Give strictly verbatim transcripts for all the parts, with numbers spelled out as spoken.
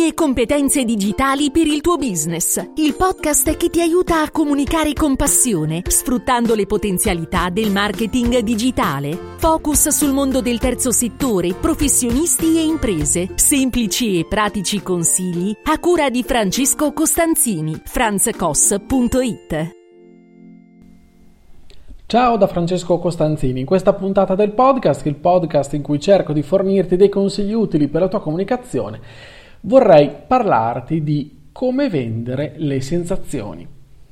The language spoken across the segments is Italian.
e competenze digitali per il tuo business. Il podcast che ti aiuta a comunicare con passione, sfruttando le potenzialità del marketing digitale. Focus sul mondo del terzo settore, professionisti e imprese. Semplici e pratici consigli a cura di Francesco Costanzini. franz cos punto it. Ciao da Francesco Costanzini. In questa puntata del podcast, il podcast in cui cerco di fornirti dei consigli utili per la tua comunicazione, vorrei parlarti di come vendere le sensazioni.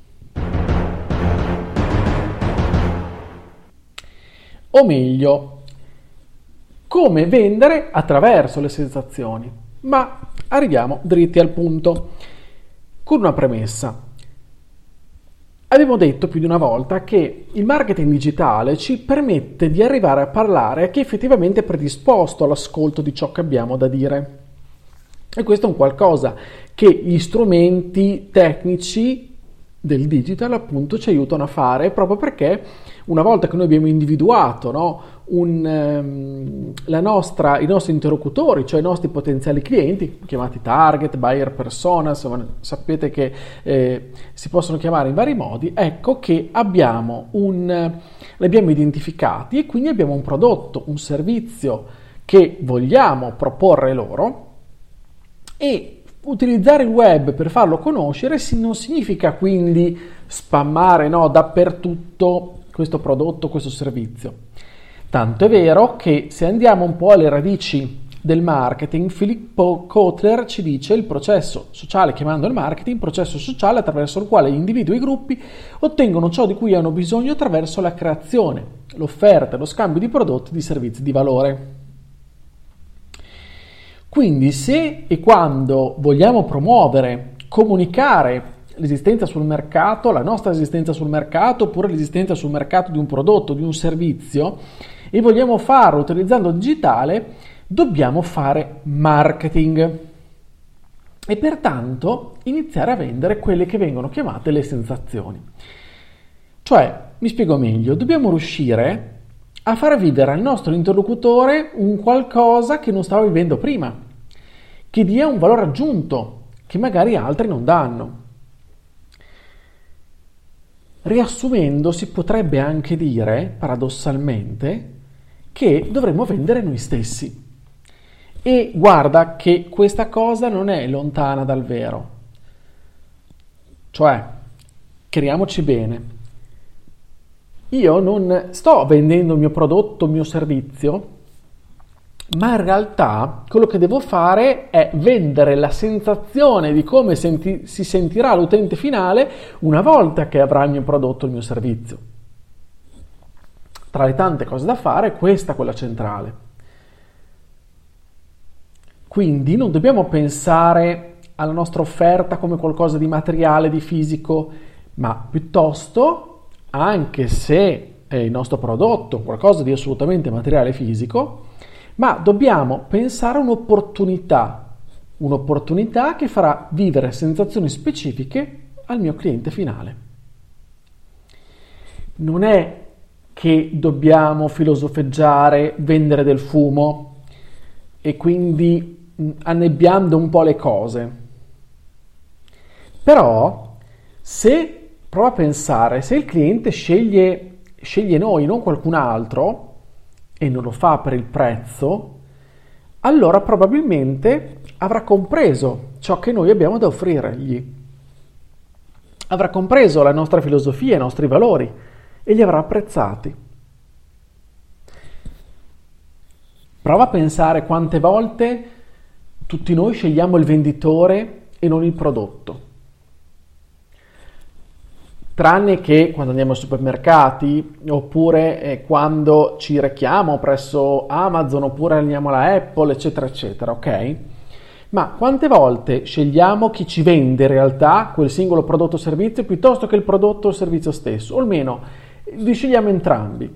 O meglio, come vendere attraverso le sensazioni. Ma arriviamo dritti al punto, con una premessa. Abbiamo detto più di una volta che il marketing digitale ci permette di arrivare a parlare a chi effettivamente è predisposto all'ascolto di ciò che abbiamo da dire. E questo è un qualcosa che gli strumenti tecnici del digital appunto ci aiutano a fare, proprio perché una volta che noi abbiamo individuato no, un, um, la nostra, i nostri interlocutori, cioè i nostri potenziali clienti, chiamati target, buyer persona, insomma sapete che eh, si possono chiamare in vari modi, ecco che abbiamo un, li abbiamo identificati e quindi abbiamo un prodotto, un servizio che vogliamo proporre loro. E utilizzare il web per farlo conoscere non significa quindi spammare no, dappertutto questo prodotto, questo servizio. Tanto è vero che se andiamo un po' alle radici del marketing, Filippo Kotler ci dice il processo sociale, chiamando il marketing, processo sociale attraverso il quale gli individui e i gruppi ottengono ciò di cui hanno bisogno attraverso la creazione, l'offerta e lo scambio di prodotti e di servizi di valore. Quindi se e quando vogliamo promuovere, comunicare l'esistenza sul mercato, la nostra esistenza sul mercato, oppure l'esistenza sul mercato di un prodotto, di un servizio, e vogliamo farlo utilizzando il digitale, dobbiamo fare marketing e pertanto iniziare a vendere quelle che vengono chiamate le sensazioni. Cioè, mi spiego meglio, dobbiamo riuscire a far vivere al nostro interlocutore un qualcosa che non stava vivendo prima, che dia un valore aggiunto che magari altri non danno. Riassumendo, si potrebbe anche dire, paradossalmente, che dovremmo vendere noi stessi. E guarda che questa cosa non è lontana dal vero. Cioè, chiariamoci bene. Io non sto vendendo il mio prodotto, il mio servizio, ma in realtà quello che devo fare è vendere la sensazione di come senti- si sentirà l'utente finale una volta che avrà il mio prodotto, il mio servizio. Tra le tante cose da fare, questa è quella centrale. Quindi non dobbiamo pensare alla nostra offerta come qualcosa di materiale, di fisico, ma piuttosto, anche se è il nostro prodotto qualcosa di assolutamente materiale e fisico, ma dobbiamo pensare a un'opportunità, un'opportunità che farà vivere sensazioni specifiche al mio cliente finale. Non è che dobbiamo filosofeggiare, vendere del fumo e quindi annebbiando un po' le cose. Però, se prova a pensare, se il cliente sceglie, sceglie noi, non qualcun altro, e non lo fa per il prezzo, allora probabilmente avrà compreso ciò che noi abbiamo da offrirgli. Avrà compreso la nostra filosofia, i nostri valori e li avrà apprezzati. Prova a pensare quante volte tutti noi scegliamo il venditore e non il prodotto. Tranne che quando andiamo ai supermercati, oppure eh, quando ci rechiamo presso Amazon, oppure andiamo alla Apple, eccetera, eccetera, ok? Ma quante volte scegliamo chi ci vende in realtà quel singolo prodotto o servizio piuttosto che il prodotto o servizio stesso? O almeno li scegliamo entrambi.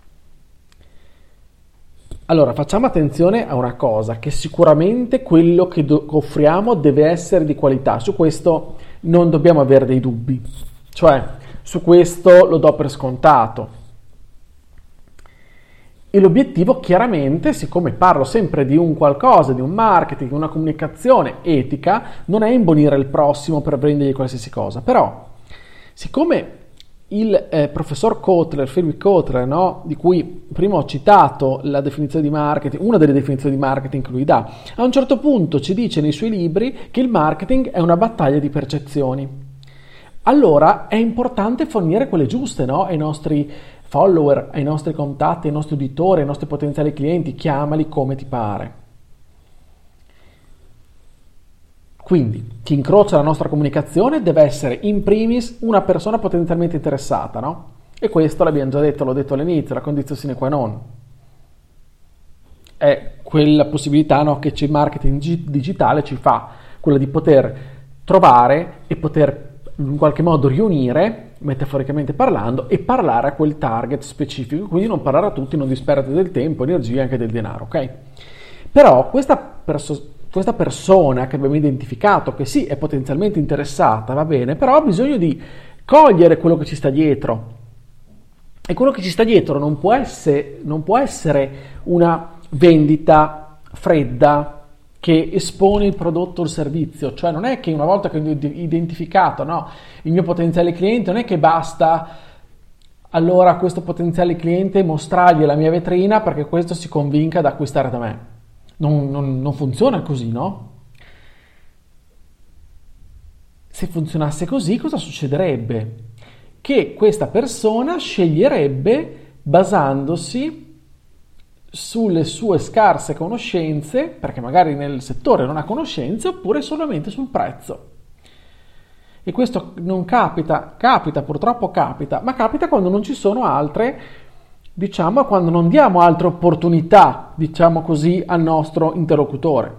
Allora, facciamo attenzione a una cosa, che sicuramente quello che do- offriamo deve essere di qualità. Su questo non dobbiamo avere dei dubbi. Cioè, su questo lo do per scontato. E l'obiettivo chiaramente, siccome parlo sempre di un qualcosa, di un marketing, di una comunicazione etica, non è imbonire il prossimo per vendergli qualsiasi cosa. Però, siccome il eh, professor Kotler, Philip Kotler, no, di cui prima ho citato la definizione di marketing, una delle definizioni di marketing che lui dà, a un certo punto ci dice nei suoi libri che il marketing è una battaglia di percezioni. Allora è importante fornire quelle giuste, no, ai nostri follower, ai nostri contatti, ai nostri uditori, ai nostri potenziali clienti, chiamali come ti pare. Quindi chi incrocia la nostra comunicazione deve essere in primis una persona potenzialmente interessata, no? E questo l'abbiamo già detto, l'ho detto all'inizio, la condizione sine qua non. È quella possibilità, no, che il marketing digitale ci fa, quella di poter trovare e poter in qualche modo riunire, metaforicamente parlando, e parlare a quel target specifico, quindi non parlare a tutti, non disperdere del tempo, energia e anche del denaro, ok? Però questa, perso- questa persona che abbiamo identificato, che sì, è potenzialmente interessata, va bene, però ha bisogno di cogliere quello che ci sta dietro. E quello che ci sta dietro non può essere, non può essere una vendita fredda, che espone il prodotto o il servizio, cioè non è che una volta che ho identificato, no, il mio potenziale cliente, non è che basta allora a questo potenziale cliente mostrargli la mia vetrina perché questo si convinca ad acquistare da me. Non, non, non funziona così, no? Se funzionasse così, cosa succederebbe? Che questa persona sceglierebbe basandosi sulle sue scarse conoscenze, perché magari nel settore non ha conoscenze, oppure solamente sul prezzo. E questo non capita, capita, purtroppo capita, ma capita quando non ci sono altre, diciamo, quando non diamo altre opportunità, diciamo così, al nostro interlocutore.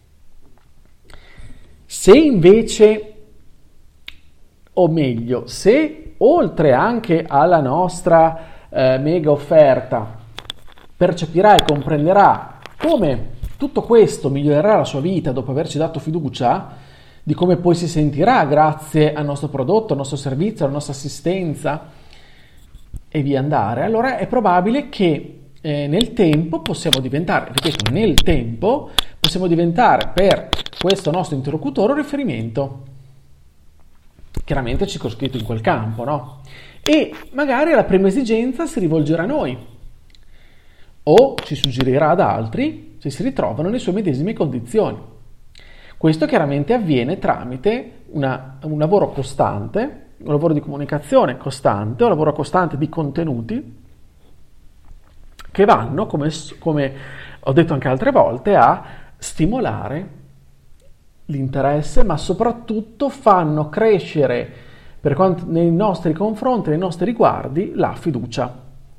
Se invece, o meglio, se oltre anche alla nostra eh, mega offerta percepirà e comprenderà come tutto questo migliorerà la sua vita dopo averci dato fiducia, di come poi si sentirà grazie al nostro prodotto, al nostro servizio, alla nostra assistenza e via andare, allora è probabile che eh, nel tempo possiamo diventare, ripeto, nel tempo possiamo diventare per questo nostro interlocutore un riferimento, chiaramente circoscritto in quel campo, no? E magari alla prima esigenza si rivolgerà a noi, o ci suggerirà ad altri se si ritrovano nelle sue medesime condizioni. Questo chiaramente avviene tramite una, un lavoro costante, un lavoro di comunicazione costante, un lavoro costante di contenuti che vanno, come, come ho detto anche altre volte, a stimolare l'interesse, ma soprattutto fanno crescere per quanto, nei nostri confronti, nei nostri riguardi, la fiducia.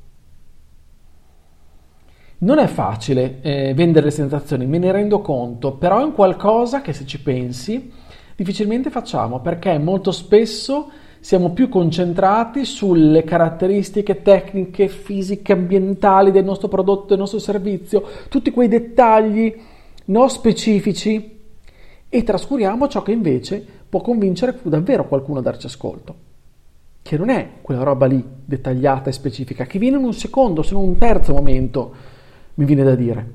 Non è facile eh, vendere le sensazioni, me ne rendo conto, però è un qualcosa che, se ci pensi, difficilmente facciamo, perché molto spesso siamo più concentrati sulle caratteristiche tecniche, fisiche, ambientali del nostro prodotto, del nostro servizio, tutti quei dettagli non specifici, e trascuriamo ciò che invece può convincere davvero qualcuno a darci ascolto, che non è quella roba lì dettagliata e specifica, che viene in un secondo, se non un terzo momento, mi viene da dire.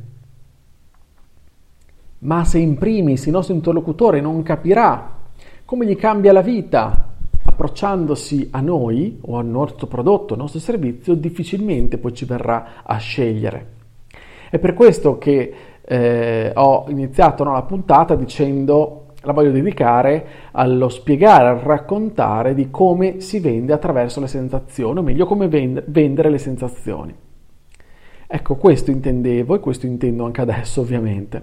Ma se in primis il nostro interlocutore non capirà come gli cambia la vita approcciandosi a noi o al nostro prodotto, al nostro servizio, difficilmente poi ci verrà a scegliere. È per questo che eh, ho iniziato no, la puntata dicendo, la voglio dedicare allo spiegare, al raccontare di come si vende attraverso le sensazioni, o meglio come vend- vendere le sensazioni. Ecco, questo intendevo e questo intendo anche adesso, ovviamente.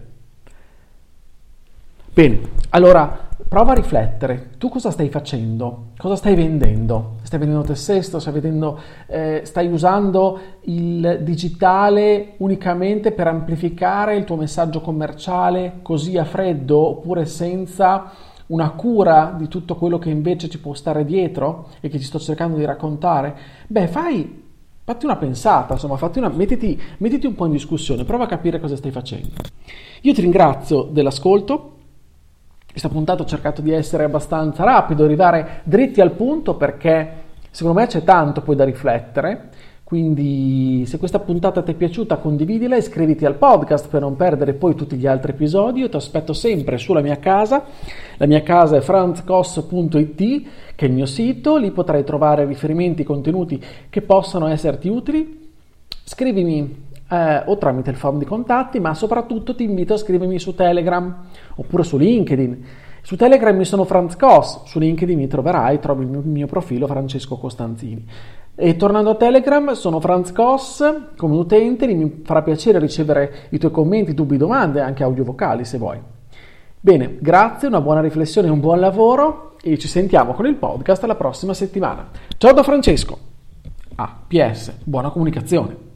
Bene, allora prova a riflettere. Tu cosa stai facendo? Cosa stai vendendo? Stai vendendo te stesso? Stai, vedendo, eh, stai usando il digitale unicamente per amplificare il tuo messaggio commerciale così a freddo, oppure senza una cura di tutto quello che invece ci può stare dietro e che ti sto cercando di raccontare? Beh, fai... Fatti una pensata, insomma, fatti una, mettiti, mettiti un po' in discussione, prova a capire cosa stai facendo. Io ti ringrazio dell'ascolto, questa puntata ho cercato di essere abbastanza rapido, arrivare dritti al punto, perché secondo me c'è tanto poi da riflettere, Quindi se questa puntata ti è piaciuta condividila, iscriviti al podcast per non perdere poi tutti gli altri episodi. Io ti aspetto sempre sulla mia casa, la mia casa è franz cos punto it, che è il mio sito, lì potrai trovare riferimenti, contenuti che possano esserti utili. Scrivimi eh, o tramite il form di contatti, ma soprattutto ti invito a scrivermi su Telegram oppure su LinkedIn. Su Telegram mi sono Franz Cos, su LinkedIn mi troverai, trovi il mio, il mio profilo Francesco Costanzini. E tornando a Telegram, sono Franz Cos come utente, mi farà piacere ricevere i tuoi commenti, dubbi, domande, anche audio vocali se vuoi. Bene, grazie, una buona riflessione e un buon lavoro e ci sentiamo con il podcast la prossima settimana. Ciao da Francesco. Ah, P S, buona comunicazione.